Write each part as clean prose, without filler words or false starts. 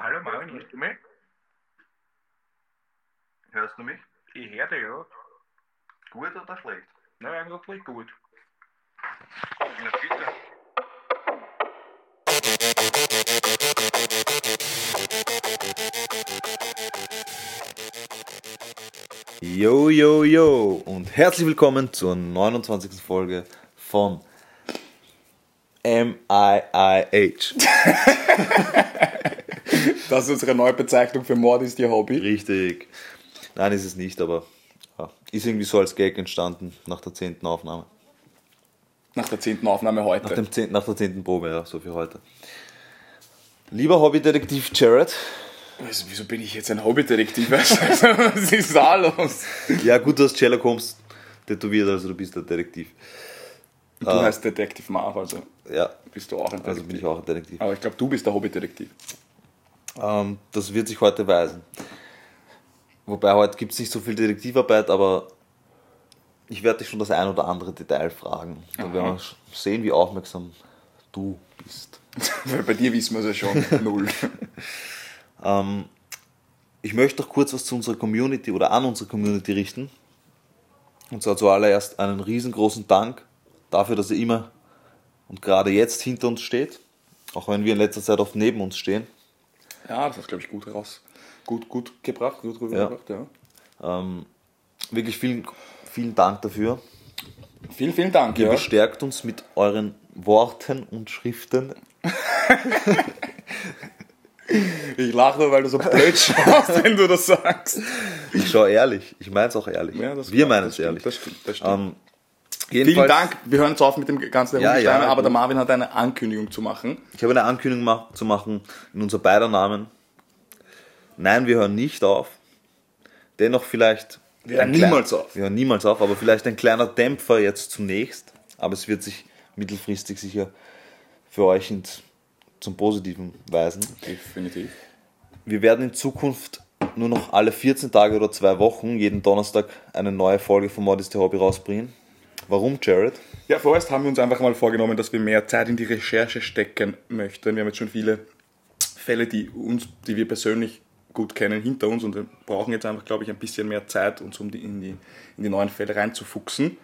Hallo Marvin, hörst du mich? Hörst du mich? Ich höre dich, ja. Gut oder schlecht? Na, eigentlich gut. Na bitte. Yo, yo, yo und herzlich willkommen zur 29. Folge von MIIH. Das ist unsere neue Bezeichnung für Mord ist Ihr Hobby. Richtig. Nein, ist es nicht, aber ja, ist irgendwie so als Gag entstanden nach der 10. Aufnahme. Nach der 10. Aufnahme heute. Nach der 10. Probe, ja, so für heute. Lieber Hobbydetektiv Jared. Wieso bin ich jetzt ein Hobbydetektiv? Was ist da los? Ja gut, du hast Sherlock Holmes tätowiert, also du bist der Detektiv. Du heißt Detective Marv, also Ja, bist du auch ein Detektiv. also bin ich auch ein Detektiv. Aber ich glaube, du bist der Hobbydetektiv. Das wird sich heute weisen. Wobei heute gibt es nicht so viel Detektivarbeit, aber ich werde dich schon das ein oder andere Detail fragen. Dann werden wir sehen, wie aufmerksam du bist. Weil bei dir wissen wir es ja schon. Null. Ich möchte noch kurz was zu unserer Community oder an unsere Community richten. Und zwar zuallererst einen riesengroßen Dank dafür, dass ihr immer und gerade jetzt hinter uns steht. Auch wenn wir in letzter Zeit oft neben uns stehen. Ja, das hast glaube ich gut raus. Gut gebracht, gut rübergebracht, ja. Wirklich vielen, vielen Dank dafür. Vielen Dank, Ihr ja. bestärkt uns mit euren Worten und Schriften. Ich lache nur, weil du so blöd schaust, wenn du das sagst. Ich schaue ehrlich. Ich meine es auch ehrlich. Ja, das Wir stimmt, meinen das es stimmt, ehrlich. Das stimmt. Jedenfalls, Vielen Dank. Wir hören jetzt auf mit dem ganzen Ja, Herumsteiner, ja, aber der gut. Marvin hat eine Ankündigung zu machen. Ich habe eine Ankündigung zu machen in unser beider Namen. Nein, wir hören nicht auf. Dennoch vielleicht... Wir hören niemals auf. Wir hören niemals auf, aber vielleicht ein kleiner Dämpfer jetzt zunächst. Aber es wird sich mittelfristig sicher für euch zum Positiven weisen. Definitiv. Wir werden in Zukunft nur noch alle 14 Tage oder 2 Wochen, jeden Donnerstag, eine neue Folge von Mord ist Ihr Hobby rausbringen. Warum, Jared? Ja, vorerst haben wir uns einfach mal vorgenommen, dass wir mehr Zeit in die Recherche stecken möchten. Wir haben jetzt schon viele Fälle, die wir persönlich gut kennen, hinter uns und wir brauchen jetzt einfach, glaube ich, ein bisschen mehr Zeit, uns in die neuen Fälle reinzufuchsen.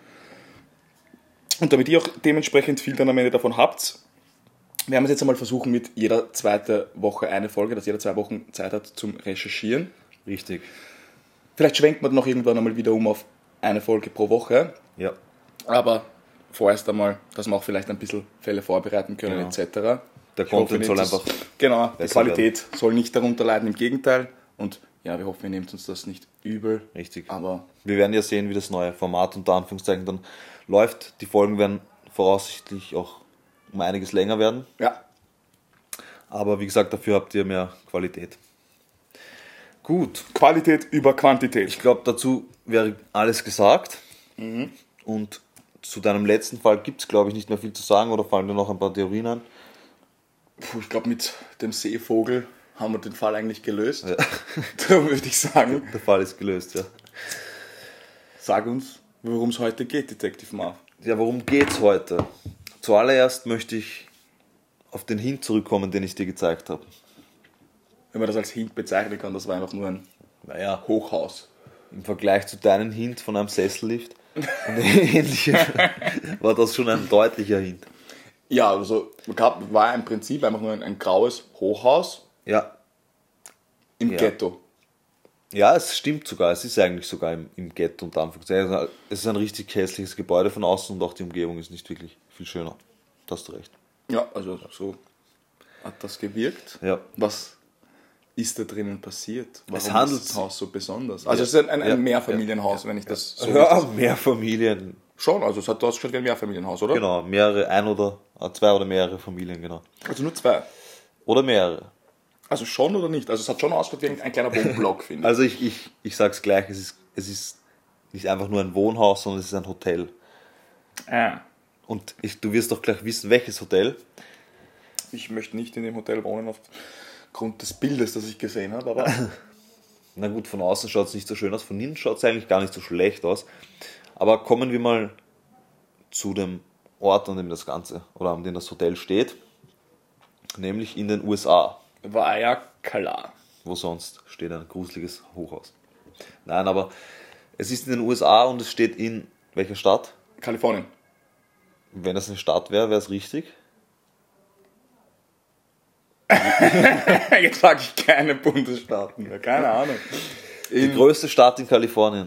Und damit ihr auch dementsprechend viel dann am Ende davon habt, werden wir es jetzt einmal versuchen mit jeder zweite Woche eine Folge, dass jeder 2 Wochen Zeit hat zum Recherchieren. Richtig. Vielleicht schwenkt man noch irgendwann einmal wieder um auf eine Folge pro Woche. Ja. Aber vorerst einmal, dass wir auch vielleicht ein bisschen Fälle vorbereiten können, Genau. etc. Der Ich Content hoffe, soll nehmt einfach Genau, die besser Qualität soll nicht darunter leiden, im Gegenteil. Und ja, wir hoffen, ihr nehmt uns das nicht übel. Richtig. Aber Wir werden ja sehen, wie das neue Format unter Anführungszeichen dann läuft. Die Folgen werden voraussichtlich auch um einiges länger werden. ja, Aber wie gesagt, dafür habt ihr mehr Qualität. Gut, Qualität über Quantität. ich glaube, dazu wäre alles gesagt. Und zu deinem letzten Fall gibt es, glaube ich, nicht mehr viel zu sagen oder fallen dir noch ein paar Theorien an? Ich glaube, mit dem Seevogel haben wir den Fall eigentlich gelöst. Ja. Da würde ich sagen, Der Fall ist gelöst, ja. sag uns, worum es heute geht, Detective Marv. Ja, worum geht's heute? Zuallererst möchte ich auf den Hint zurückkommen, den ich dir gezeigt habe. Wenn man das als Hint bezeichnen kann, das war einfach nur ein Naja, Hochhaus. im Vergleich zu deinem Hint von einem Sessellift und ähnlichem war das schon ein deutlicher Hint. Ja, also war im Prinzip einfach nur ein graues Hochhaus Ja, im Ja. Ghetto. ja, es stimmt sogar. Es ist eigentlich sogar im Ghetto unter Anführungszeichen. Also, es ist ein richtig hässliches Gebäude von außen und auch die Umgebung ist nicht wirklich viel schöner. Da hast du recht. Ja, also so hat das gewirkt. Ja. Was ist da drinnen passiert? Warum handelt ist das Haus so besonders? Also es ist ein Ja. Mehrfamilienhaus, wenn ich das so... Ja, mehr Familien. Schon, also es hat ausgeschaut wie ein Mehrfamilienhaus, oder? Genau, zwei oder mehrere Familien, genau. Also nur 2. Oder mehrere. Also schon oder nicht? Also es hat schon ausgeschaut wie ein kleiner Wohnblock, finde ich. Also ich sag's gleich, es ist nicht einfach nur ein Wohnhaus, sondern es ist ein Hotel. Und du wirst doch gleich wissen, welches Hotel. Ich möchte nicht in dem Hotel wohnen aufgrund des Bildes, das ich gesehen habe, aber Na gut, von außen schaut es nicht so schön aus, von innen schaut es eigentlich gar nicht so schlecht aus. Aber kommen wir mal zu dem Ort, an dem das Ganze oder an dem das Hotel steht, nämlich in den USA. War ja klar. Wo sonst steht ein gruseliges Hochhaus. Nein, aber es ist in den USA und es steht in welcher Stadt? Kalifornien. Wenn das eine Stadt wäre, wäre es richtig. Jetzt sage ich keine Bundesstaaten mehr, keine Ahnung. Die größte Stadt in Kalifornien.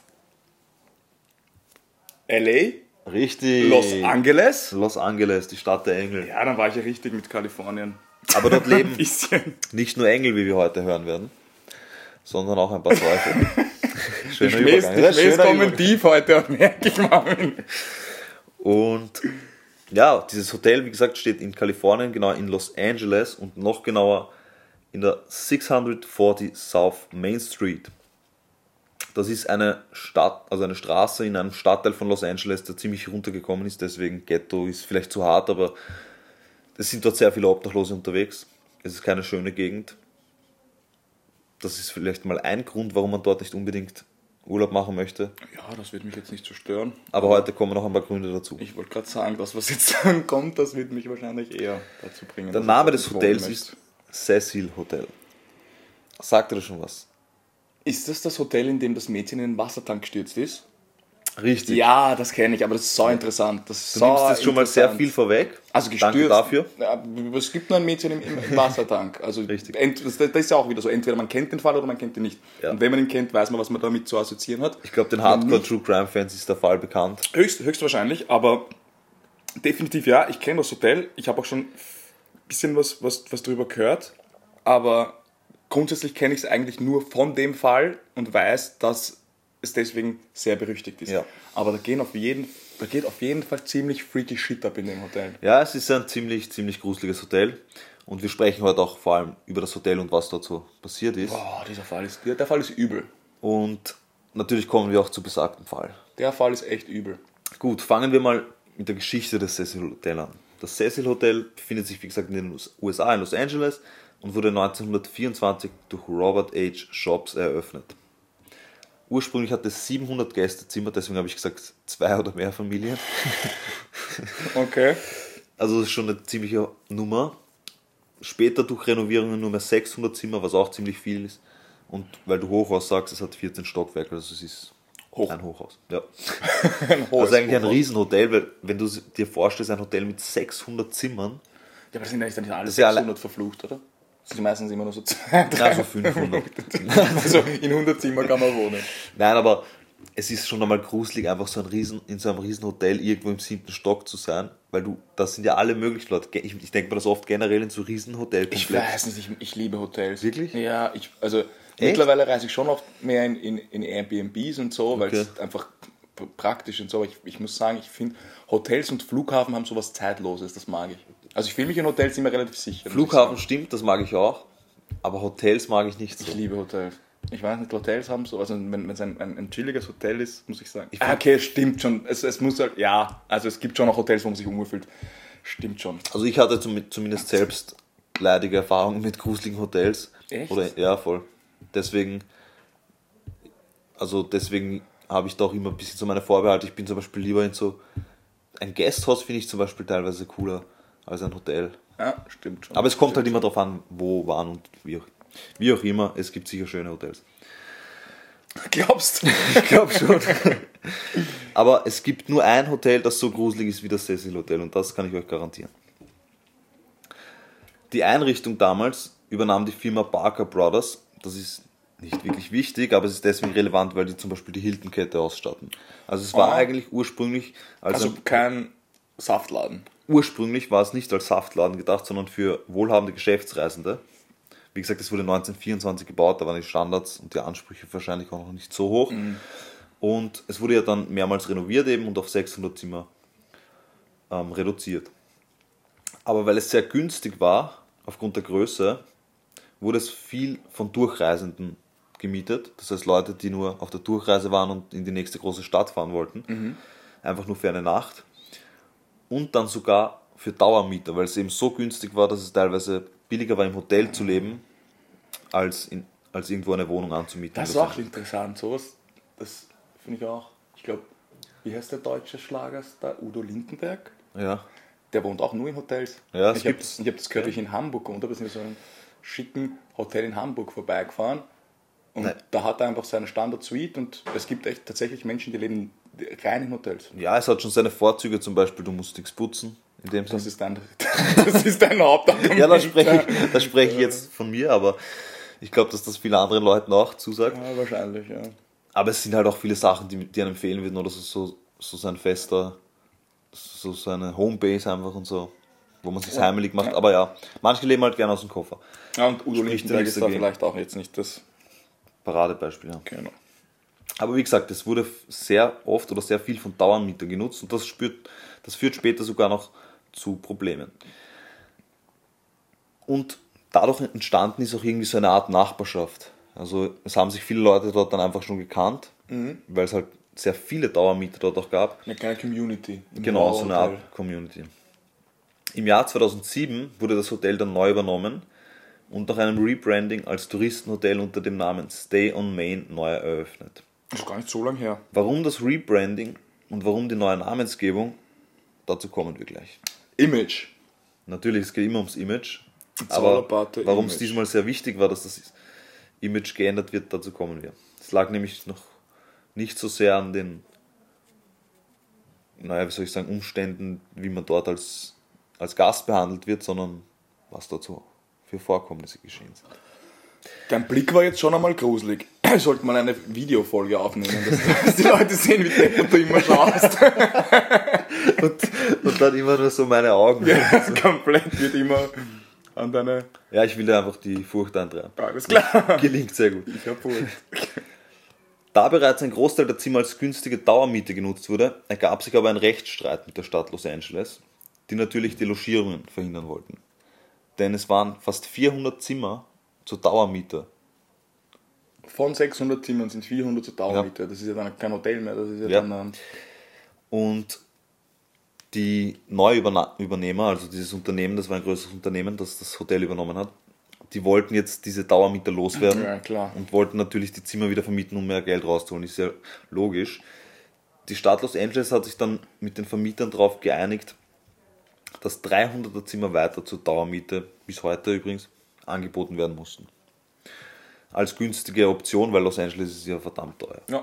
LA? Richtig. Los Angeles? Los Angeles, die Stadt der Engel. Ja, dann war ich ja richtig mit Kalifornien. Aber dort leben Ein bisschen. nicht nur Engel, wie wir heute hören werden, sondern auch ein paar Teufel. Die Schöner Schmähs Übergang. Ja, schöner kommen Übergang. tief heute, merke ich mal. Und ja, dieses Hotel, wie gesagt, steht in Kalifornien, genau in Los Angeles und noch genauer in der 640 South Main Street. Das ist eine Stadt, also eine Straße in einem Stadtteil von Los Angeles, der ziemlich runtergekommen ist, deswegen Ghetto ist vielleicht zu hart, aber es sind dort sehr viele Obdachlose unterwegs. Es ist keine schöne Gegend. Das ist vielleicht mal ein Grund, warum man dort nicht unbedingt Urlaub machen möchte. Ja, das wird mich jetzt nicht so stören. Aber heute kommen noch ein paar Gründe dazu. Ich wollte gerade sagen, das, was jetzt dann kommt, das wird mich wahrscheinlich eher dazu bringen. Der dass Name ich des dort Hotels wohnen ist Cecil Hotel. Sagt dir das schon was? Ist das das Hotel, in dem das Mädchen in den Wassertank gestürzt ist? Richtig. Ja, das kenne ich, aber das ist so interessant. Das ist Du nimmst jetzt schon mal sehr interessant. viel vorweg. Also gestürzt. Danke dafür. Ja, es gibt nur ein Mädchen im Wassertank. Also Richtig. das ist ja auch wieder so. Entweder man kennt den Fall oder man kennt ihn nicht. Ja. Und wenn man ihn kennt, weiß man, was man damit zu assoziieren hat. Ich glaube, den Hardcore True Crime Fans ist der Fall bekannt. Höchstwahrscheinlich, aber definitiv ja. Ich kenne das Hotel. Ich habe auch schon ein bisschen was drüber gehört. Aber grundsätzlich kenne ich es eigentlich nur von dem Fall und weiß, dass es deswegen sehr berüchtigt ist. Ja. Aber da geht auf jeden Fall ziemlich freaky shit ab in dem Hotel. Ja, es ist ein ziemlich gruseliges Hotel. Und wir sprechen heute auch vor allem über das Hotel und was dort so passiert ist. Boah, der Fall ist übel. Und natürlich kommen wir auch zu besagtem Fall. Der Fall ist echt übel. Gut, fangen wir mal mit der Geschichte des Cecil Hotel an. Das Cecil Hotel befindet sich, wie gesagt, in den USA, in Los Angeles und wurde 1924 durch Robert H. Shops eröffnet. Ursprünglich hatte es 700 Gästezimmer, deswegen habe ich gesagt 2 oder mehr Familien. Okay. Also das ist schon eine ziemliche Nummer. Später durch Renovierungen nur mehr 600 Zimmer, was auch ziemlich viel ist. Und weil du Hochhaus sagst, es hat 14 Stockwerke, also es ist ein Hochhaus. Ja. Ein hohes Also eigentlich ein Hochhaus. Riesenhotel, weil wenn du dir vorstellst, ein Hotel mit 600 Zimmern, Ja, aber das sind eigentlich dann nicht alle Das ist ja 600 verflucht, oder? Das sind meistens immer nur so 2, 3. also 500. Also in 100 Zimmer kann man wohnen. Nein, aber es ist schon einmal gruselig, einfach in so einem Riesenhotel irgendwo im 7. Stock zu sein, weil das sind ja alle möglichen Leute. Ich denke mir das oft generell in so Ich Riesenhotelkomplexen. weiß nicht, ich liebe Hotels. Wirklich? Ja, mittlerweile reise ich schon oft mehr in Airbnbs und so, weil Okay. es einfach praktisch und so. Aber ich muss sagen, ich finde, Hotels und Flughafen haben sowas Zeitloses, das mag ich. Also ich fühle mich in Hotels immer relativ sicher. muss ich Flughafen sagen. stimmt, das mag ich auch, aber Hotels mag ich nicht so. Ich liebe Hotels. Ich weiß nicht, Hotels haben so, also wenn es ein chilliges Hotel ist, muss ich sagen. find- Okay, stimmt schon. Es muss halt, ja, also es gibt schon auch Hotels, wo man sich unwohl fühlt. Stimmt schon. Also ich hatte zumindest selbst leidige Erfahrungen mit gruseligen Hotels. Echt? Ja, voll. Deswegen habe ich da auch immer ein bisschen so meine Vorbehalte. Ich bin zum Beispiel lieber in so ein Gasthaus, finde ich zum Beispiel teilweise cooler als ein Hotel. Ja, stimmt schon. Aber es kommt halt immer darauf an, wo, wann und wie auch immer. Es gibt sicher schöne Hotels. Glaubst du? Ich glaube schon. Aber es gibt nur ein Hotel, das so gruselig ist wie das Cecil Hotel und das kann ich euch garantieren. Die Einrichtung damals übernahm die Firma Parker Brothers. Das ist nicht wirklich wichtig, aber es ist deswegen relevant, weil die zum Beispiel die Hilton-Kette ausstatten. Also es war Ah. eigentlich ursprünglich Also kein Saftladen. Ursprünglich war es nicht als Saftladen gedacht, sondern für wohlhabende Geschäftsreisende. Wie gesagt, es wurde 1924 gebaut, da waren die Standards und die Ansprüche wahrscheinlich auch noch nicht so hoch. Und es wurde ja dann mehrmals renoviert eben und auf 600 Zimmer reduziert. Aber weil es sehr günstig war, aufgrund der Größe, wurde es viel von Durchreisenden gemietet. Das heißt Leute, die nur auf der Durchreise waren und in die nächste große Stadt fahren wollten. Einfach nur für eine Nacht. Und dann sogar für Dauermieter, weil es eben so günstig war, dass es teilweise billiger war, im Hotel zu leben, als irgendwo eine Wohnung anzumieten. Das ist auch interessant, sowas. Das finde ich auch. Ich glaube, wie heißt der deutsche Schlagerstar? Udo Lindenberg? Ja. Der wohnt auch nur in Hotels. Ja, es ich habe gibt's. das gehört, wie ich in Hamburg wohnt, aber es ist so ein schicken Hotel in Hamburg vorbeigefahren und Nein. da hat er einfach seine Standard-Suite und es gibt echt tatsächlich Menschen, die leben rein in Hotels. Ja, es hat schon seine Vorzüge, zum Beispiel, du musst nichts putzen. In dem Das Sinne. das ist dein Hauptargument. Ja, da spreche ich jetzt von mir, aber ich glaube, dass das vielen anderen Leuten auch zusagt. Ja, wahrscheinlich, ja. Aber es sind halt auch viele Sachen, die einem fehlen würden, oder so sein fester, so seine Homebase einfach und so, wo man sich heimelig macht. Aber ja, manche leben halt gerne aus dem Koffer. Ja, und Udo Spricht Lindenberg nichts ist da dagegen. vielleicht auch jetzt nicht das. Paradebeispiel, ja. Genau. Aber wie gesagt, es wurde sehr oft oder sehr viel von Dauermietern genutzt und das führt später sogar noch zu Problemen. Und dadurch entstanden ist auch irgendwie so eine Art Nachbarschaft. Also es haben sich viele Leute dort dann einfach schon gekannt, weil es halt sehr viele Dauermieter dort auch gab. Eine kleine Community. Genau, so eine Art Community. Im Jahr 2007 wurde das Hotel dann neu übernommen und nach einem Rebranding als Touristenhotel unter dem Namen Stay on Main neu eröffnet. Das ist gar nicht so lange her. Warum das Rebranding und warum die neue Namensgebung, dazu kommen wir gleich. Image. Natürlich, es geht immer ums Image, It's all aber about the warum es image. diesmal sehr wichtig war, dass das Image geändert wird, dazu kommen wir. Es lag nämlich noch nicht so sehr an den, wie soll ich sagen, Umständen, wie man dort als Gast behandelt wird, sondern was dazu für Vorkommnisse geschehen sind. Dein Blick war jetzt schon einmal gruselig. Sollte man eine Videofolge aufnehmen, dass die Leute sehen, wie deppert du immer schaust. Und dann immer nur so meine Augen. Ja, komplett wird immer an deine... Ja, ich will da einfach die Furcht eintreiben. Alles klar. Gelingt sehr gut. Ich hab Furcht. Da bereits ein Großteil der Zimmer als günstige Dauermiete genutzt wurde, ergab sich aber ein Rechtsstreit mit der Stadt Los Angeles, die natürlich die Logierungen verhindern wollten. Denn es waren fast 400 Zimmer zur Dauermiete. Von 600 Zimmern sind 400 zur Dauermiete. Das ist ja dann kein Hotel mehr. Das ist ja, Ja. dann... Und die Neuübernehmer, also dieses Unternehmen, das war ein größeres Unternehmen, das das Hotel übernommen hat, die wollten jetzt diese Dauermieter loswerden Ja, klar. und wollten natürlich die Zimmer wieder vermieten, um mehr Geld rauszuholen. Ist ja logisch. Die Stadt Los Angeles hat sich dann mit den Vermietern darauf geeinigt, dass 300er Zimmer weiter zur Dauermiete, bis heute übrigens, angeboten werden mussten. Als günstige Option, weil Los Angeles ist ja verdammt teuer. Ja,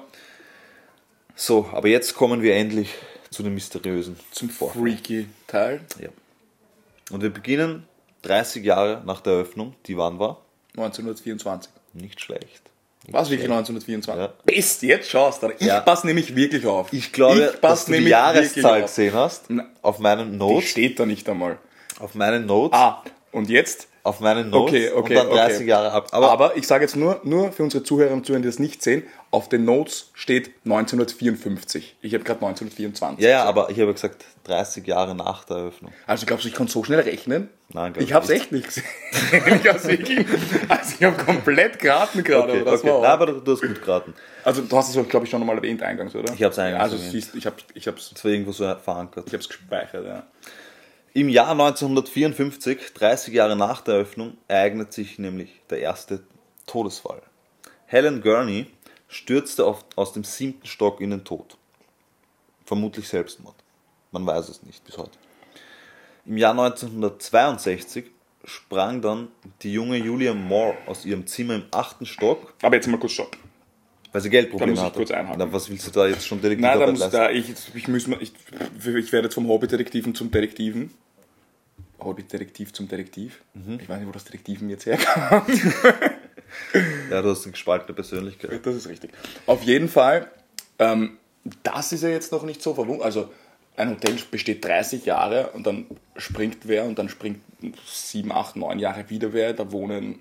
So, aber jetzt kommen wir endlich zu dem mysteriösen zum Vorfall. freaky Teil. Ja. Und wir beginnen 30 Jahre nach der Eröffnung, die wann war? 1924. Nicht schlecht. Was, wirklich 1924? Ja. Bist, jetzt schaust du. Ich Ja. passe nämlich wirklich auf. Ich glaube, pass dass du die nämlich wirklich Jahreszahl auf. gesehen hast. Na, Auf meinen Die Notes. steht da nicht einmal. Auf meinen Notes. Ah, und jetzt? Auf meinen Notes. Okay, und dann 30 okay. Jahre ab. Aber ich sage jetzt nur für unsere Zuhörer und Zuhörer, die das nicht sehen, auf den Notes steht 1954. Ich habe gerade 1924. Ja, aber ich habe gesagt 30 Jahre nach der Eröffnung. Also glaubst du, ich kann so schnell rechnen? Nein, glaub ich habe es nicht. echt nicht gesehen. ich habe komplett geraten gerade. Okay, aber das okay. war Nein, aber du hast gut geraten. Also du hast es, glaube ich, schon einmal erwähnt eingangs, oder? Ich habe es eingangs Also erwähnt. siehst, ich habe Das war irgendwo so verankert. es gespeichert, ja. Im Jahr 1954, 30 Jahre nach der Eröffnung, ereignet sich nämlich der erste Todesfall. Helen Gurney stürzte aus dem 7. Stock in den Tod. Vermutlich Selbstmord. Man weiß es nicht bis heute. Im Jahr 1962 sprang dann die junge Julia Moore aus ihrem Zimmer im 8. Stock, Aber jetzt mal kurz stopp. weil sie Geldprobleme Da muss ich hatte. kurz einhaken. Na, was willst du da jetzt schon Nein, Detektivarbeit da leisten? ich werde jetzt vom Hobbydetektiven zum Detektiven. Hobbydetektiv zum Detektiv. Ich weiß nicht, wo das Detektiven jetzt herkam. Ja, du hast eine gespaltene Persönlichkeit. Das ist richtig. Auf jeden Fall, das ist ja jetzt noch nicht so verwunderlich. Also ein Hotel besteht 30 Jahre und dann springt wer und dann springt 7, 8, 9 Jahre wieder wer. Da wohnen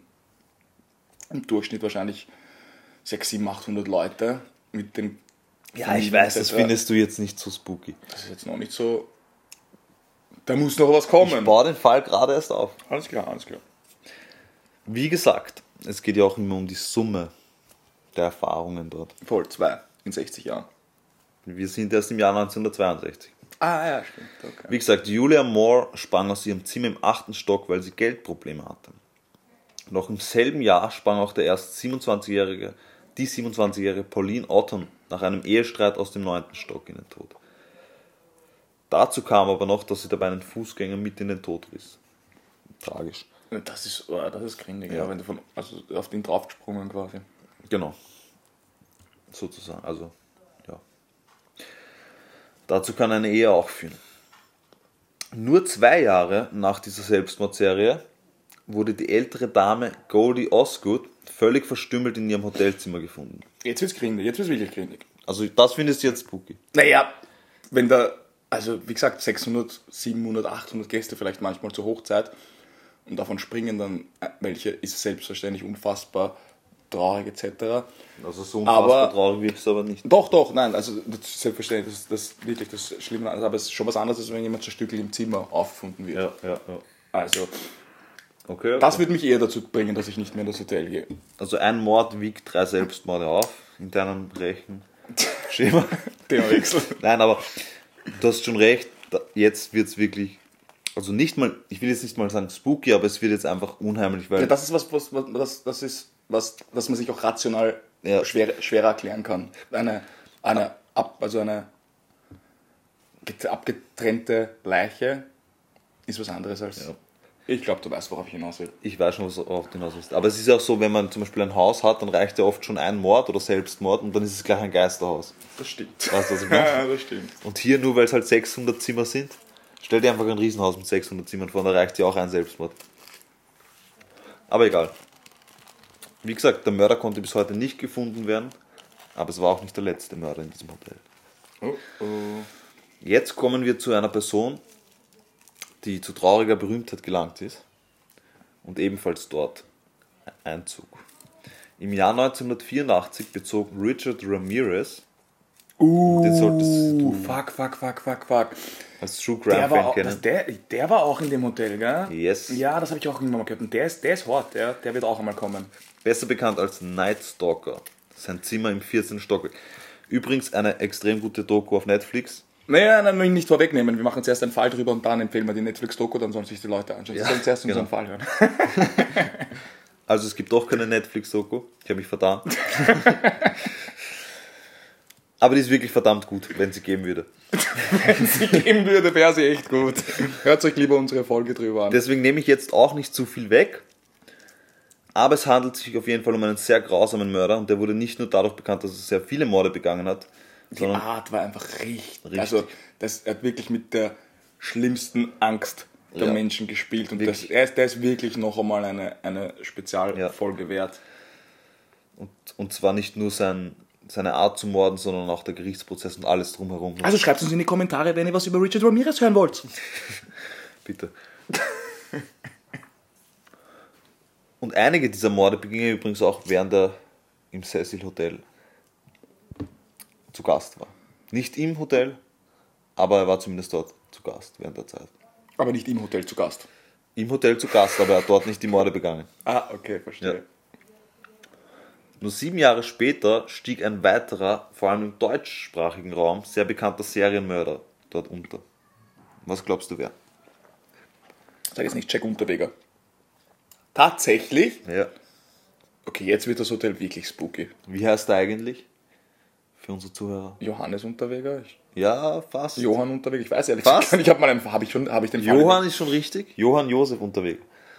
im Durchschnitt wahrscheinlich 6, 7, 800 Leute mit den Ja, ich Familien weiß, das etc. findest du jetzt nicht so spooky. Das ist jetzt noch nicht so... Da muss noch was kommen. Ich baue den Fall gerade erst auf. Alles klar, alles klar. Wie gesagt, es geht ja auch immer um die Summe der Erfahrungen dort. Voll, 2 in 60 Jahren. Wir sind erst im Jahr 1962. Ah ja, stimmt. Okay. Wie gesagt, Julia Moore sprang aus ihrem Zimmer im 8. Stock, weil sie Geldprobleme hatte. Noch im selben Jahr sprang auch die 27-jährige Pauline Otton nach einem Ehestreit aus dem 9. Stock in den Tod. Dazu kam aber noch, dass sie dabei einen Fußgänger mit in den Tod riss. Tragisch. Das ist grindig, ja, wenn du also auf den draufgesprungen quasi. Genau. Sozusagen, also, ja. Dazu kann eine Ehe auch führen. Nur 2 Jahre nach dieser Selbstmordserie wurde die ältere Dame Goldie Osgood völlig verstümmelt in ihrem Hotelzimmer gefunden. Jetzt wird's grindig, jetzt wird's wirklich grindig. Also das findest du jetzt spooky. Naja, wenn da, also wie gesagt, 600, 700, 800 Gäste vielleicht manchmal zur Hochzeit und davon springen dann welche, ist selbstverständlich unfassbar traurig etc. Also so unfassbar Aber- traurig wird es aber nicht. Doch, nein, also das ist selbstverständlich, das ist wirklich das Schlimme, aber es ist schon was anderes, als wenn jemand zerstückelt im Zimmer aufgefunden wird. Ja. Also, Okay. das wird mich eher dazu bringen, dass ich nicht mehr in das Hotel gehe. Also ein Mord wiegt 3 Selbstmorde auf in deinem Rechenschema. Themawechsel. Nein, aber du hast schon recht, jetzt wird es wirklich, also nicht mal, ich will jetzt nicht mal sagen spooky, aber es wird jetzt einfach unheimlich, weil Ja, das ist was man sich auch rational Ja. schwerer erklären kann. Eine abgetrennte Leiche ist was anderes als... Ja. Ich glaube, du weißt, worauf ich hinaus will. ich weiß schon, worauf du hinaus willst. Aber es ist ja auch so, wenn man zum Beispiel ein Haus hat, dann reicht ja oft schon ein Mord oder Selbstmord und dann ist es gleich ein Geisterhaus. Das stimmt. Weißt du, was ich meine? Ja, das stimmt. Und hier, nur weil es halt 600 Zimmer sind, stell dir einfach ein Riesenhaus mit 600 Zimmern vor, da reicht ja auch ein Selbstmord. Aber egal. Wie gesagt, der Mörder konnte bis heute nicht gefunden werden, aber es war auch nicht der letzte Mörder in diesem Hotel. Oh. Jetzt kommen wir zu einer Person, die zu trauriger Berühmtheit gelangt ist und ebenfalls dort Einzug. Im Jahr 1984 bezog Richard Ramirez, den solltest du Fuck. als True Der Crime-Fan war, kennen. der war auch in dem Hotel, gell? Yes. Ja, das habe ich auch irgendwann mal gehört. Und der ist hart, der wird auch einmal kommen. Besser bekannt als Night Stalker. Sein Zimmer im 14. Stockwerk. Übrigens eine extrem gute Doku auf Netflix. Naja, nein, nicht vorwegnehmen. Wir machen zuerst einen Fall drüber und dann empfehlen wir die Netflix-Doku, dann sollen sich die Leute anschauen. Sie Ja, sollen zuerst unseren genau. Fall hören. Also es gibt doch keine Netflix-Doku. Ich habe mich vertan. Aber die ist wirklich verdammt gut, wenn sie geben würde. Wenn sie geben würde, wäre sie echt gut. Hört euch lieber unsere Folge drüber an. Deswegen nehme ich jetzt auch nicht zu viel weg. Aber es handelt sich auf jeden Fall um einen sehr grausamen Mörder und der wurde nicht nur dadurch bekannt, dass er sehr viele Morde begangen hat, Die sondern Art war einfach richtig. Also, er hat wirklich mit der schlimmsten Angst der Ja. Menschen gespielt. Und Wirklich. der ist wirklich noch einmal eine Spezialfolge wert. und zwar nicht nur seine Art zu morden, sondern auch der Gerichtsprozess und alles drumherum. Also schreibt uns in die Kommentare, wenn ihr was über Richard Ramirez hören wollt. Bitte. Und einige dieser Morde begingen übrigens auch, während er im Cecil Hotel zu Gast war. Nicht im Hotel, aber er war zumindest dort zu Gast während der Zeit. Aber nicht im Hotel zu Gast. Im Hotel zu Gast, aber er hat dort nicht die Morde begangen. Ah, okay, verstehe. Ja. Nur 7 Jahre später stieg ein weiterer, vor allem im deutschsprachigen Raum, sehr bekannter Serienmörder dort unter. Was glaubst du wer? Sag jetzt nicht Jack Unterweger. Tatsächlich? Ja. Okay, jetzt wird das Hotel wirklich spooky. Wie heißt er eigentlich? Für unsere Zuhörer. Johannes Unterweger? Ja, fast. Johann Unterweger? Ich weiß ehrlich Was? gesagt nicht. Habe ich den Fall Johann ist schon richtig. Johann Josef Unterweger.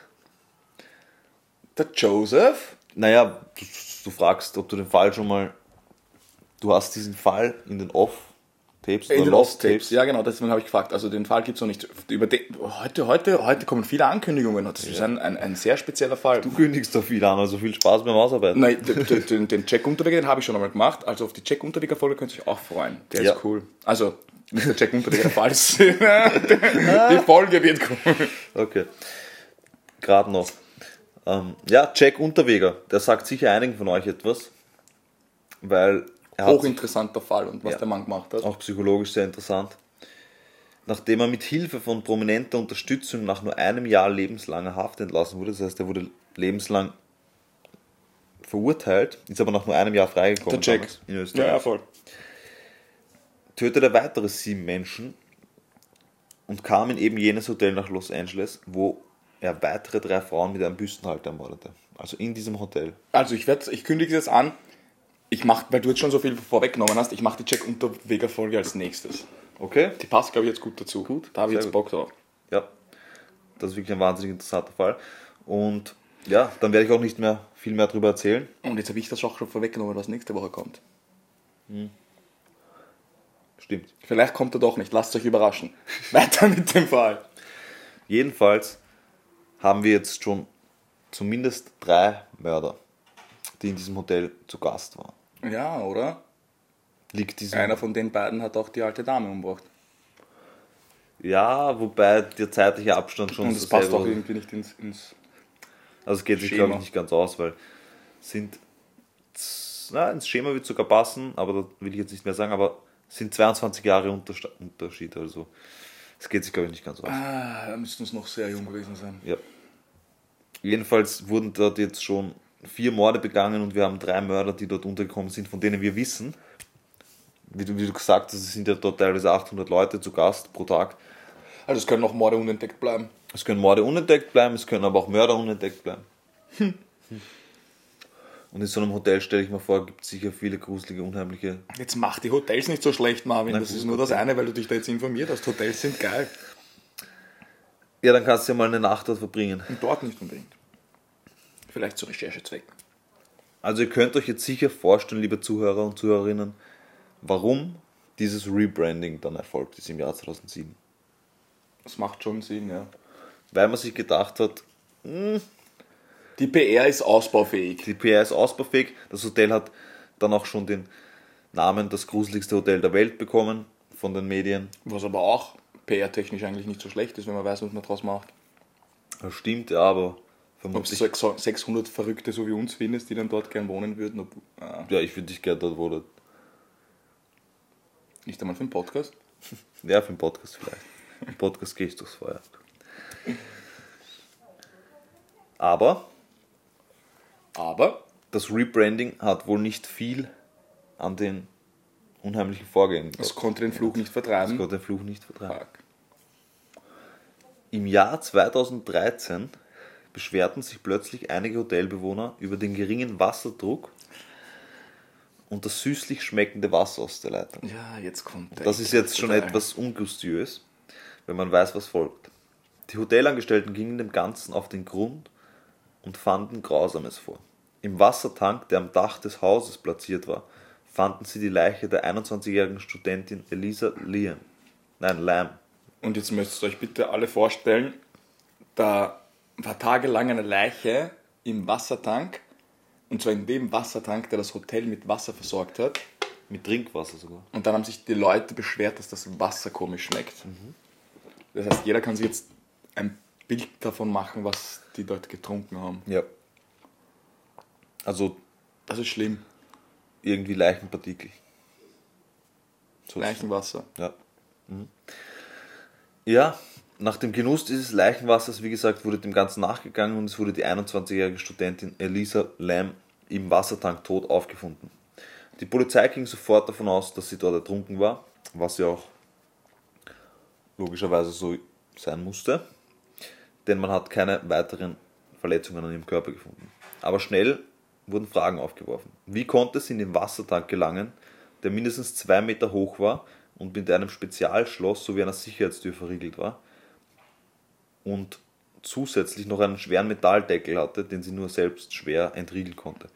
Der Joseph? Naja, du fragst, ob du den Fall schon mal. Du hast diesen Fall in den Off-Tapes In oder den Lost Tapes. Ja, genau, deswegen habe ich gefragt. Also den Fall gibt es noch nicht. Heute kommen viele Ankündigungen. Das ist ein sehr spezieller Fall. Du kündigst doch viel an, also viel Spaß beim Ausarbeiten. Nein, den Jack Unterweger, den habe ich schon einmal gemacht. Also auf die Jack Unterweger Folge könnt ihr euch auch freuen. Der Ja. ist cool. Also nicht der Jack Unterweger, der Fall ist. Die Folge wird cool. Okay. Gerade noch. Ja, Jack Unterweger, der sagt sicher einigen von euch etwas, weil er hat sich Hochinteressanter Fall und was Ja. der Mann gemacht hat. auch psychologisch sehr interessant. Nachdem er mit Hilfe von prominenter Unterstützung nach nur einem Jahr lebenslanger Haft entlassen wurde, das heißt, er wurde lebenslang verurteilt, ist aber nach nur einem Jahr freigekommen Der Jack. damals in Österreich. Ja, voll. Tötete weitere 7 Menschen und kam in eben jenes Hotel nach Los Angeles, wo er weitere 3 Frauen mit einem Büstenhalter ermordete. Also in diesem Hotel. Also ich kündige es jetzt an. Weil du jetzt schon so viel vorweggenommen hast, ich mache die Jack Unterweger Folge als nächstes. Okay? Die passt, glaube ich, jetzt gut dazu. Gut, Da habe ich sehr jetzt gut. Bock drauf. Ja. Das ist wirklich ein wahnsinnig interessanter Fall. Und ja, dann werde ich auch nicht mehr viel mehr darüber erzählen. Und jetzt habe ich das auch schon vorweggenommen, was nächste Woche kommt. Stimmt. Vielleicht kommt er doch nicht, lasst euch überraschen. Weiter mit dem Fall. Jedenfalls haben wir jetzt schon zumindest 3 Mörder, die in diesem Hotel zu Gast waren. Ja, oder? Liegt diesem, Einer von den beiden hat auch die alte Dame umgebracht. Ja, wobei der zeitliche Abstand schon Und es so passt sehr auch groß- irgendwie nicht ins Also es geht sich, Schema. glaube ich, nicht ganz aus, weil ins Schema wird sogar passen, aber da will ich jetzt nicht mehr sagen, aber es sind 22 Jahre Unterschied, also es geht sich, glaube ich, nicht ganz aus. Da müssten es noch sehr jung gewesen sein. Ja. Jedenfalls wurden dort jetzt schon 4 Morde begangen und wir haben 3 Mörder, die dort untergekommen sind, von denen wir wissen, wie du gesagt hast, es sind ja dort teilweise 800 Leute zu Gast pro Tag. Also es können noch Morde unentdeckt bleiben. Es können Morde unentdeckt bleiben, es können aber auch Mörder unentdeckt bleiben. Und in so einem Hotel, stelle ich mir vor, gibt es sicher viele gruselige, unheimliche... Jetzt mach die Hotels nicht so schlecht, Marvin. Na das gut, ist nur das eine, weil du dich da jetzt informiert hast. Hotels sind geil. Ja, dann kannst du ja mal eine Nacht dort verbringen. Und dort nicht unbedingt. Vielleicht zu Recherchezwecken. Also ihr könnt euch jetzt sicher vorstellen, liebe Zuhörer und Zuhörerinnen, warum dieses Rebranding dann erfolgt ist im Jahr 2007. Das macht schon Sinn, ja. Weil man sich gedacht hat, Die PR ist ausbaufähig. die PR ist ausbaufähig, das Hotel hat dann auch schon den Namen das gruseligste Hotel der Welt bekommen von den Medien. Was aber auch PR-technisch eigentlich nicht so schlecht ist, wenn man weiß, was man draus macht. Das stimmt, ja, aber Ob vermutlich... du 600 Verrückte so wie uns findest, die dann dort gern wohnen würden. Ja, ich würde dich gerne dort wohnen. Nicht einmal für einen Podcast. Ja, für den Podcast vielleicht. Im Podcast gehe ich durchs Feuer. Aber Aber das Rebranding hat wohl nicht viel an den unheimlichen Vorgängen. es konnte den Fluch nicht vertreiben. Das konnte den Fluch nicht vertreiben. Fuck. Im Jahr 2013 beschwerten sich plötzlich einige Hotelbewohner über den geringen Wasserdruck und das süßlich schmeckende Wasser aus der Leitung. Ja, jetzt kommt der Das ist jetzt schon Teil. etwas ungustiös, wenn man weiß, was folgt. Die Hotelangestellten gingen dem Ganzen auf den Grund und fanden Grausames vor. Im Wassertank, der am Dach des Hauses platziert war, fanden sie die Leiche der 21-jährigen Studentin Elisa Lam. Und jetzt müsst ihr euch bitte alle vorstellen, da war tagelang eine Leiche im Wassertank. Und zwar in dem Wassertank, der das Hotel mit Wasser versorgt hat. Mit Trinkwasser sogar. Und dann haben sich die Leute beschwert, dass das Wasser komisch schmeckt. Das heißt, jeder kann sich jetzt ein Bild davon machen, was die dort getrunken haben. Ja. Also Das ist schlimm. irgendwie Leichenpartikel. So ist- Leichenwasser. Ja. Ja, nach dem Genuss dieses Leichenwassers, wie gesagt, wurde dem Ganzen nachgegangen und es wurde die 21-jährige Studentin Elisa Lam im Wassertank tot aufgefunden. Die Polizei ging sofort davon aus, dass sie dort ertrunken war, was ja auch logischerweise so sein musste, denn man hat keine weiteren Verletzungen an ihrem Körper gefunden. Aber schnell wurden Fragen aufgeworfen. Wie konnte sie in den Wassertank gelangen, der mindestens 2 Meter hoch war und mit einem Spezialschloss sowie einer Sicherheitstür verriegelt war und zusätzlich noch einen schweren Metalldeckel hatte, den sie nur selbst schwer entriegeln konnte.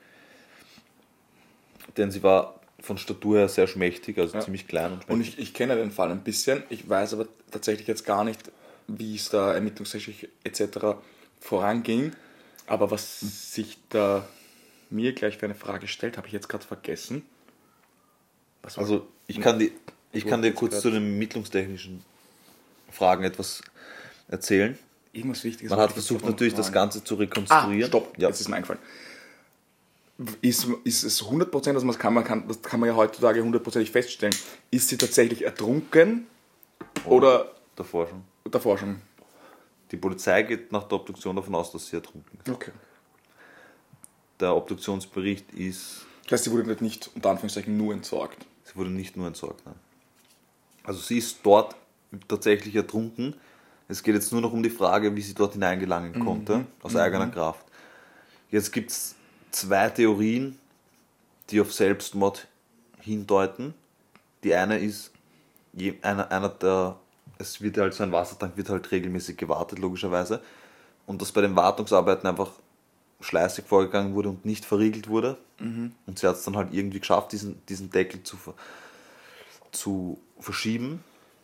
Denn sie war von Statur her sehr schmächtig, also ziemlich klein und Und schmächtig. ich kenne den Fall ein bisschen. Ich weiß aber tatsächlich jetzt gar nicht, wie es da ermittlungstechnisch etc. voranging. Aber was sich da mir gleich für eine Frage stellt, habe ich jetzt gerade vergessen. Was war Also ich kann dir jetzt kurz grad- zu den ermittlungstechnischen Fragen etwas erzählen. irgendwas Wichtiges? Man wollte hat ich jetzt versucht noch natürlich das fragen. Ganze zu rekonstruieren. Stopp, Ja. jetzt ist mir eingefallen. Ist es 100%, also das kann man ja heutzutage 100%ig feststellen, ist sie tatsächlich ertrunken oder Davor schon. davor schon? Die Polizei geht nach der Obduktion davon aus, dass sie ertrunken ist. Okay. Der Obduktionsbericht ist, Das heißt, sie wurde nicht unter Anführungszeichen nur entsorgt. sie wurde nicht nur entsorgt. Nein. Also sie ist dort tatsächlich ertrunken. Es geht jetzt nur noch um die Frage, wie sie dort hineingelangen konnte, aus eigener Kraft. Jetzt gibt es 2 Theorien, die auf Selbstmord hindeuten. Die eine ist, es wird halt so ein Wassertank wird halt regelmäßig gewartet, logischerweise. und dass bei den Wartungsarbeiten einfach schleißig vorgegangen wurde und nicht verriegelt wurde. Und sie hat es dann halt irgendwie geschafft, diesen Deckel zu verschieben.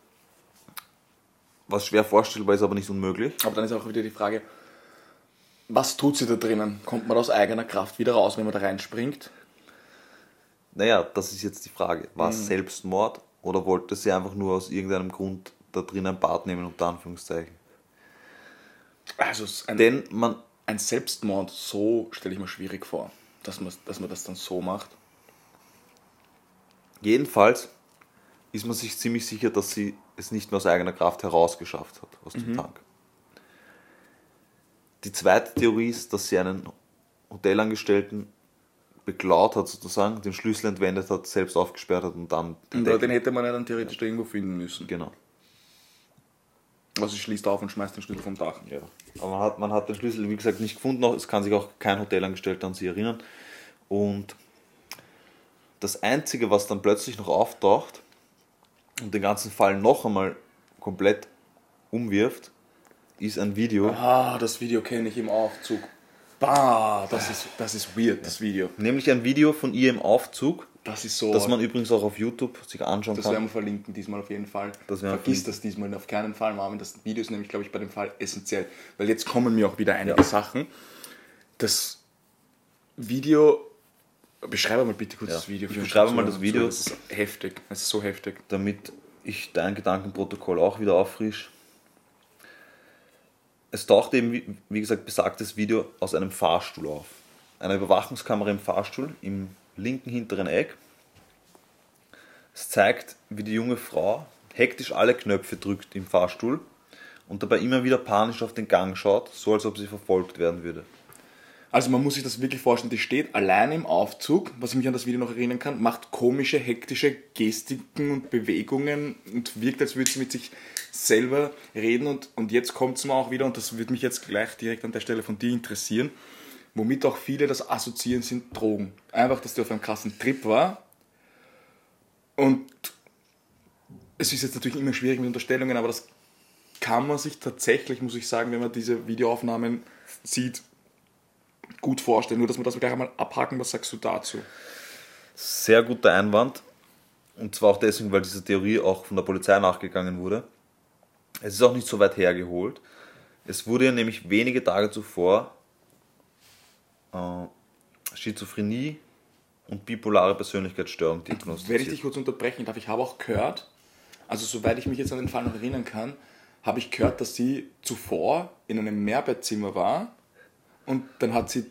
Was schwer vorstellbar ist, aber nicht unmöglich. Aber dann ist auch wieder die Frage, was tut sie da drinnen? Kommt man aus eigener Kraft wieder raus, wenn man da reinspringt? Naja, das ist jetzt die Frage. War es Selbstmord oder wollte sie einfach nur aus irgendeinem Grund da drin ein Bad nehmen, unter Anführungszeichen? Also ein Selbstmord, so stelle ich mir schwierig vor, dass man das dann so macht. Jedenfalls ist man sich ziemlich sicher, dass sie es nicht mehr aus eigener Kraft herausgeschafft hat aus dem Tank. Die zweite Theorie ist, dass sie einen Hotelangestellten beklaut hat sozusagen, den Schlüssel entwendet hat, selbst aufgesperrt hat und dann Den hätte man ja dann theoretisch irgendwo finden müssen. Genau. Also sie schließt auf und schmeißt den Schlüssel vom Dach. Ja. Aber man hat den Schlüssel, wie gesagt, nicht gefunden. Es kann sich auch kein Hotelangestellter an sie erinnern. Und das Einzige, was dann plötzlich noch auftaucht und den ganzen Fall noch einmal komplett umwirft, ist ein Video. Ah, das Video kenne ich im Aufzug. Bah, das ist weird, das Video. Nämlich ein Video von ihr im Aufzug, Das ist so. das man übrigens auch auf YouTube sich anschauen Das werden kann. wir verlinken diesmal auf jeden Fall. Das werden wir Vergiss verlinken. das diesmal auf keinen Fall, Marvin. Das Video ist nämlich, glaube ich, bei dem Fall essentiell. Weil jetzt kommen mir auch wieder einige Sachen. Das Video... Beschreibe mal bitte kurz das Video. Ich beschreibe mal das Video. Das ist heftig. Es ist so heftig. Damit ich dein Gedankenprotokoll auch wieder auffrisch. Es taucht eben, wie gesagt, besagtes Video aus einem Fahrstuhl auf. Eine Überwachungskamera im Fahrstuhl, im linken hinteren Eck. Es zeigt, wie die junge Frau hektisch alle Knöpfe drückt im Fahrstuhl und dabei immer wieder panisch auf den Gang schaut, so als ob sie verfolgt werden würde. Also man muss sich das wirklich vorstellen, die steht alleine im Aufzug, was ich mich an das Video noch erinnern kann, macht komische, hektische Gestiken und Bewegungen und wirkt, als würde sie mit sich selber reden und jetzt kommt es mir auch wieder, und das würde mich jetzt gleich direkt an der Stelle von dir interessieren, womit auch viele das assoziieren, sind Drogen. Einfach, dass die auf einem krassen Trip war und es ist jetzt natürlich immer schwierig mit Unterstellungen, aber das kann man sich tatsächlich, muss ich sagen, wenn man diese Videoaufnahmen sieht, gut vorstellen. Nur, dass wir das gleich einmal abhaken. Was sagst du dazu? Sehr guter Einwand. Und zwar auch deswegen, weil dieser Theorie auch von der Polizei nachgegangen wurde. Es ist auch nicht so weit hergeholt. Es wurde ja nämlich wenige Tage zuvor Schizophrenie und bipolare Persönlichkeitsstörung Werde ich diagnostiziert. dich kurz unterbrechen darf? Ich habe auch gehört, also soweit ich mich jetzt an den Fall noch erinnern kann, habe ich gehört, dass sie zuvor in einem Mehrbettzimmer war und dann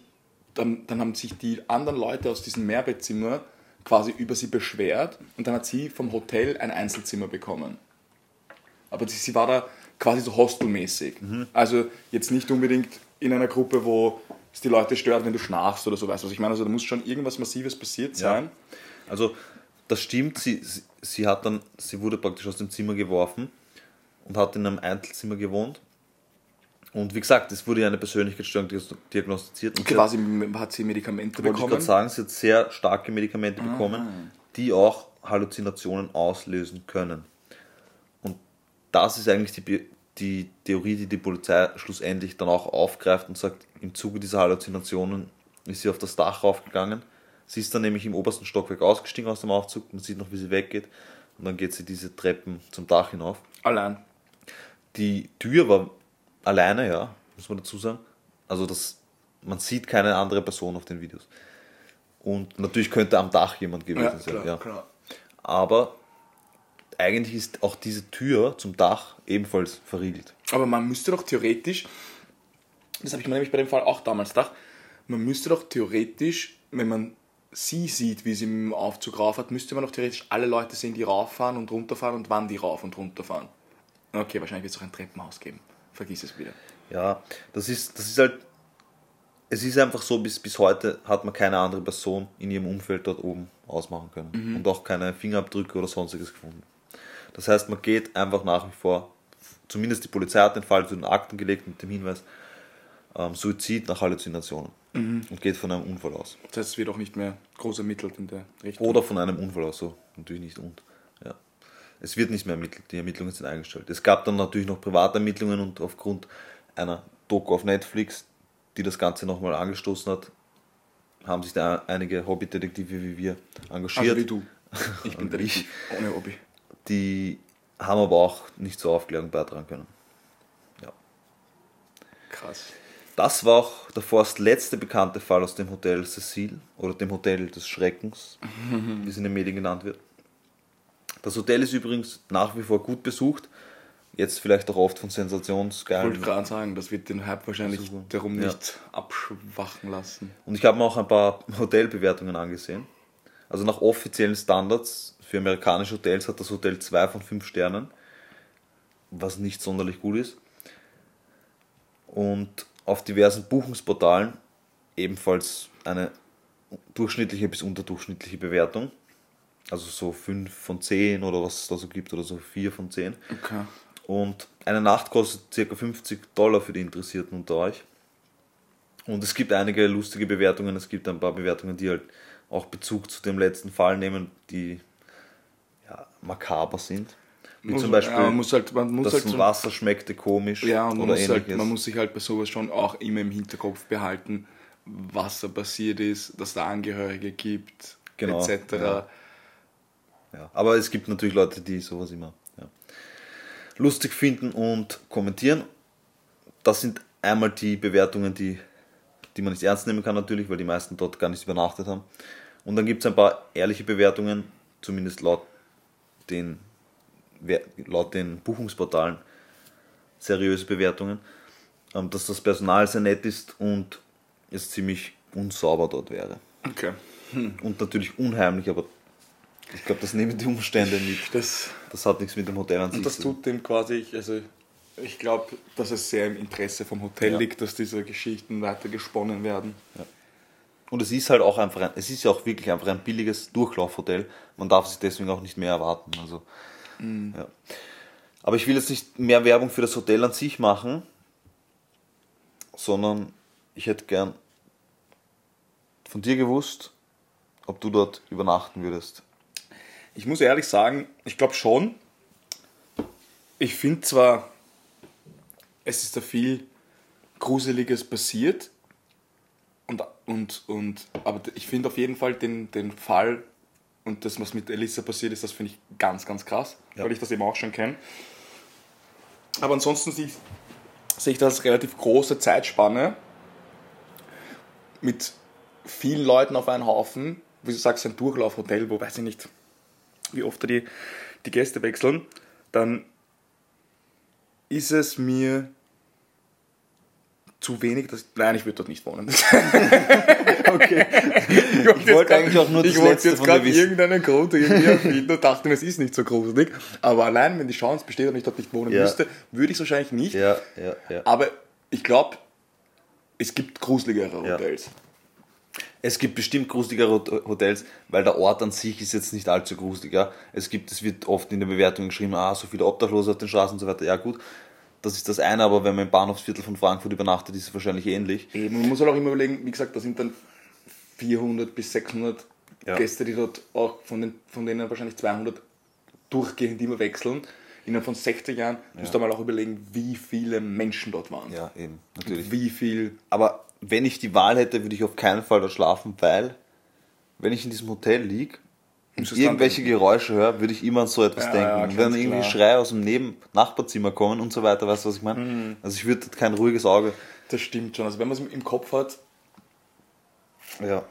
haben sich die anderen Leute aus diesem Mehrbettzimmer quasi über sie beschwert und dann hat sie vom Hotel ein Einzelzimmer bekommen. Aber sie war da quasi so hostelmäßig. Also jetzt nicht unbedingt in einer Gruppe, wo es die Leute stört, wenn du schnarchst oder so, weißt du was ich meine? Also da muss schon irgendwas Massives passiert sein. Also das stimmt, sie wurde praktisch aus dem Zimmer geworfen und hat in einem Einzelzimmer gewohnt. Und wie gesagt, es wurde ja eine Persönlichkeitsstörung diagnostiziert. Und Quasi hat sie Medikamente wollte ich gerade sagen, sie hat sehr starke Medikamente bekommen, die auch Halluzinationen auslösen können. Und das ist eigentlich die Theorie, die die Polizei schlussendlich dann auch aufgreift und sagt, im Zuge dieser Halluzinationen ist sie auf das Dach raufgegangen. Sie ist dann nämlich im obersten Stockwerk ausgestiegen aus dem Aufzug, man sieht noch, wie sie weggeht, und dann geht sie diese Treppen zum Dach hinauf. Allein. Die Tür war alleine, ja, muss man dazu sagen. Also man sieht keine andere Person auf den Videos. Und natürlich könnte am Dach jemand gewesen sein. Klar. Aber eigentlich ist auch diese Tür zum Dach ebenfalls verriegelt. Aber man müsste doch theoretisch, das habe ich mir nämlich bei dem Fall auch damals gedacht, man müsste doch theoretisch, wenn man sie sieht, wie sie im Aufzug rauf hat, müsste man doch theoretisch alle Leute sehen, die rauffahren und runterfahren und wann die rauf und runterfahren. Okay, wahrscheinlich wird es auch ein Treppenhaus geben. Vergiss es wieder. Ja, das ist halt, es ist einfach so, bis heute hat man keine andere Person in ihrem Umfeld dort oben ausmachen können. Und auch keine Fingerabdrücke oder sonstiges gefunden. Das heißt, man geht einfach nach wie vor, zumindest die Polizei hat den Fall zu den Akten gelegt mit dem Hinweis, Suizid nach Halluzinationen. Und geht von einem Unfall aus. Das heißt, es wird auch nicht mehr groß ermittelt in der Richtung. Oder von einem Unfall aus, so natürlich nicht und. Ja. Es wird nicht mehr ermittelt, die Ermittlungen sind eingestellt. Es gab dann natürlich noch Privatermittlungen und aufgrund einer Doku auf Netflix, die das Ganze nochmal angestoßen hat. Haben sich da einige Hobbydetektive wie wir engagiert. Also wie du. Ich bin Und Detektiv, ohne Hobby. Die haben aber auch nicht zur Aufklärung beitragen können. Ja. Krass. Das war auch der vorerst letzte bekannte Fall aus dem Hotel Cecil oder dem Hotel des Schreckens, wie es in den Medien genannt wird. Das Hotel ist übrigens nach wie vor gut besucht, jetzt vielleicht auch oft von Ich wollte sensationsgeilen. gerade sagen, das wird den Hype wahrscheinlich Versuchen. darum Ja. nicht abschwachen lassen. Und ich habe mir auch ein paar Hotelbewertungen angesehen. Also nach offiziellen Standards für amerikanische Hotels hat das Hotel 2 von 5 Sternen, was nicht sonderlich gut ist. Und auf diversen Buchungsportalen ebenfalls eine durchschnittliche bis unterdurchschnittliche Bewertung. Also so 5 von 10 oder was es da so gibt oder so 4 von 10. Okay. Und eine Nacht kostet ca. $50 für die Interessierten unter euch. Und es gibt einige lustige Bewertungen, es gibt ein paar Bewertungen, die halt auch Bezug zu dem letzten Fall nehmen, die ja, makaber sind. Wie zum Beispiel, man muss halt das so, Wasser schmeckte komisch ja, und oder ähnliches. man muss sich halt bei sowas schon auch immer im Hinterkopf behalten, was da passiert ist, dass da Angehörige gibt, Genau, etc. ja. Ja, aber es gibt natürlich Leute, die sowas immer lustig finden und kommentieren. Das sind einmal die Bewertungen, die man nicht ernst nehmen kann natürlich, weil die meisten dort gar nicht übernachtet haben. Und dann gibt es ein paar ehrliche Bewertungen, zumindest laut den Buchungsportalen seriöse Bewertungen, dass das Personal sehr nett ist und es ziemlich unsauber dort wäre. Okay. Und natürlich unheimlich, aber ich glaube, das nehmen die Umstände nicht. Das hat nichts mit dem Hotel an sich Und das zu tun. tut dem quasi, also ich glaube, dass es sehr im Interesse vom Hotel Ja. liegt, dass diese Geschichten weiter gesponnen werden. Und es ist halt auch einfach es ist ja auch wirklich einfach ein billiges Durchlaufhotel. Man darf sich deswegen auch nicht mehr erwarten. Also, ja. Aber ich will jetzt nicht mehr Werbung für das Hotel an sich machen, sondern ich hätte gern von dir gewusst, ob du dort übernachten würdest. Ich muss ehrlich sagen, ich glaube schon. Ich finde zwar, es ist da viel Gruseliges passiert, aber ich finde auf jeden Fall den Fall und das, was mit Elissa passiert ist, das finde ich ganz, ganz krass, weil ich das eben auch schon kenne. Aber ansonsten sehe ich das als relativ große Zeitspanne mit vielen Leuten auf einen Haufen, wie du sagst, ein Durchlaufhotel, wo weiß ich nicht, wie oft da die Gäste wechseln, dann ist es mir zu wenig, nein, ich würde dort nicht wohnen. Okay. Ich wollte eigentlich auch nur das Ich wollte Letzte jetzt von dir gerade wissen. irgendeinen Grund irgendwie erfinden und dachte mir, es ist nicht so gruselig. Aber allein, wenn die Chance besteht und ich dort nicht wohnen Ja. müsste, würde ich es wahrscheinlich nicht. Ja. Aber ich glaube, es gibt gruseligere Ja. Hotels. Es gibt bestimmt gruseligere Hotels, weil der Ort an sich ist jetzt nicht allzu gruselig. Ja. Es wird oft in der Bewertung geschrieben, so viele Obdachlose auf den Straßen und so weiter. Ja gut, das ist das eine, aber wenn man im Bahnhofsviertel von Frankfurt übernachtet, ist es wahrscheinlich ähnlich. Eben, man muss halt auch immer überlegen, wie gesagt, da sind dann 400 bis 600 Ja. Gäste, die dort auch, von denen wahrscheinlich 200 durchgehend immer wechseln. Innerhalb von 60 Jahren musst du mal auch überlegen, wie viele Menschen dort waren. Ja, eben, natürlich. Wie viel. Aber wenn ich die Wahl hätte, würde ich auf keinen Fall dort schlafen, weil, wenn ich in diesem Hotel liege und Musst du es irgendwelche dann Geräusche höre, würde ich immer an so etwas Ja, denken. ja, Und wenn ganz irgendwie klar. Schreie aus dem Nachbarzimmer kommen und so weiter, weißt du, was ich meine? Also ich würde dort kein ruhiges Auge. Das stimmt schon. Also wenn man es im Kopf hat, Ja.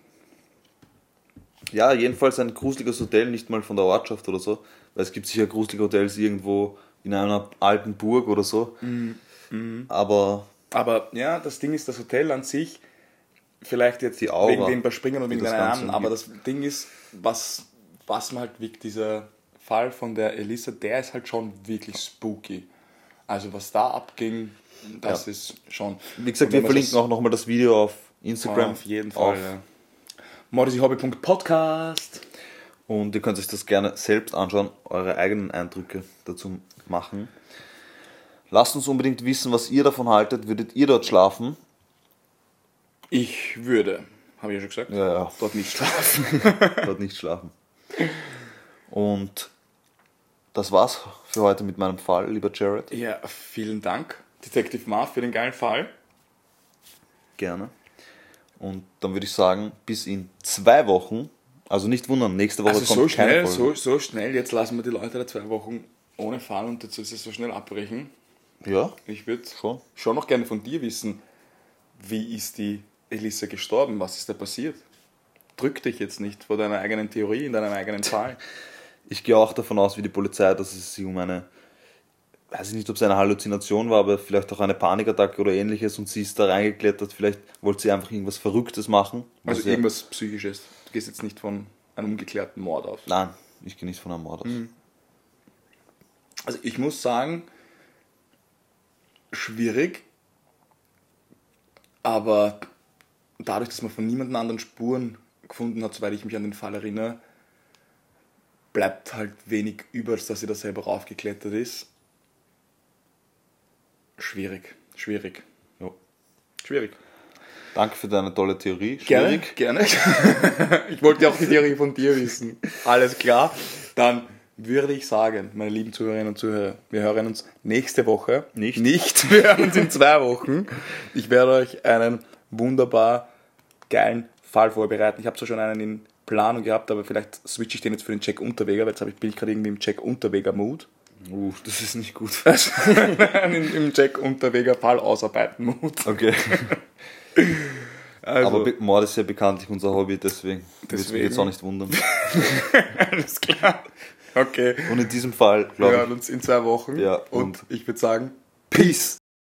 Ja, jedenfalls ein gruseliges Hotel, nicht mal von der Ortschaft oder so, weil es gibt sicher gruselige Hotels irgendwo in einer alten Burg oder so. Aber aber ja, das Ding ist, das Hotel an sich, vielleicht jetzt Die Aura, wegen den paar Springern und die wegen das den Ganze anderen, aber das Ding ist, was man halt wirklich, dieser Fall von der Elissa, der ist halt schon wirklich spooky. Also was da abging, das ist schon... wie gesagt, Und wir wenn man verlinken das- auch nochmal das Video auf Instagram. Auf jeden Fall, ja. morrisseyhobby.podcast. Und ihr könnt euch das gerne selbst anschauen, eure eigenen Eindrücke dazu machen. Lasst uns unbedingt wissen, was ihr davon haltet. Würdet ihr dort schlafen? Ich würde, habe ich ja schon gesagt, Ja. dort nicht schlafen. Dort nicht schlafen. Und das war's für heute mit meinem Fall, lieber Jared. Ja, vielen Dank Detective Marv für den geilen Fall. Gerne. Und dann würde ich sagen, bis in 2 Wochen, also nicht wundern, nächste Woche Also kommt so keine schnell, Folge. so schnell, jetzt lassen wir die Leute da 2 Wochen ohne Fall und jetzt ist es so schnell abbrechen. Ja, Ich würde schon. schon noch gerne von dir wissen, wie ist die Elissa gestorben? Was ist da passiert? Drück dich jetzt nicht vor deiner eigenen Theorie, in deinem eigenen Fall. Ich gehe auch davon aus, wie die Polizei, dass es sich um eine, weiß ich nicht, ob es eine Halluzination war, aber vielleicht auch eine Panikattacke oder ähnliches und sie ist da reingeklettert, vielleicht wollte sie einfach irgendwas Verrücktes machen. Also was ja- irgendwas Psychisches. Du gehst jetzt nicht von einem ungeklärten Mord aus. Nein, ich gehe nicht von einem Mord aus. Also ich muss sagen, schwierig, aber dadurch, dass man von niemandem anderen Spuren gefunden hat, soweit ich mich an den Fall erinnere, bleibt halt wenig über, als dass sie da selber raufgeklettert ist. Schwierig. Ja. Schwierig. Danke für deine tolle Theorie. Gerne, Schwierig. gerne. Ich wollte ja auch die Theorie von dir wissen. Alles klar. Dann würde ich sagen, meine lieben Zuhörerinnen und Zuhörer, wir hören uns nächste Woche. Nicht. Wir hören uns in 2 Wochen. Ich werde euch einen wunderbar geilen Fall vorbereiten. Ich habe zwar schon einen in Planung gehabt, aber vielleicht switche ich den jetzt für den Jack Unterweger, weil jetzt bin ich gerade irgendwie im Jack Unterweger-Mood. Das ist nicht gut. Im Jack Unterweger-Fall ausarbeiten-Mood. Okay. Also, Aber Mord ist ja bekanntlich unser Hobby, deswegen würde es mich jetzt auch nicht wundern. alles klar. Okay. Und in diesem Fall, Wir glaube hören uns in 2 Wochen. Ja, und und ich würde sagen, ich, Peace!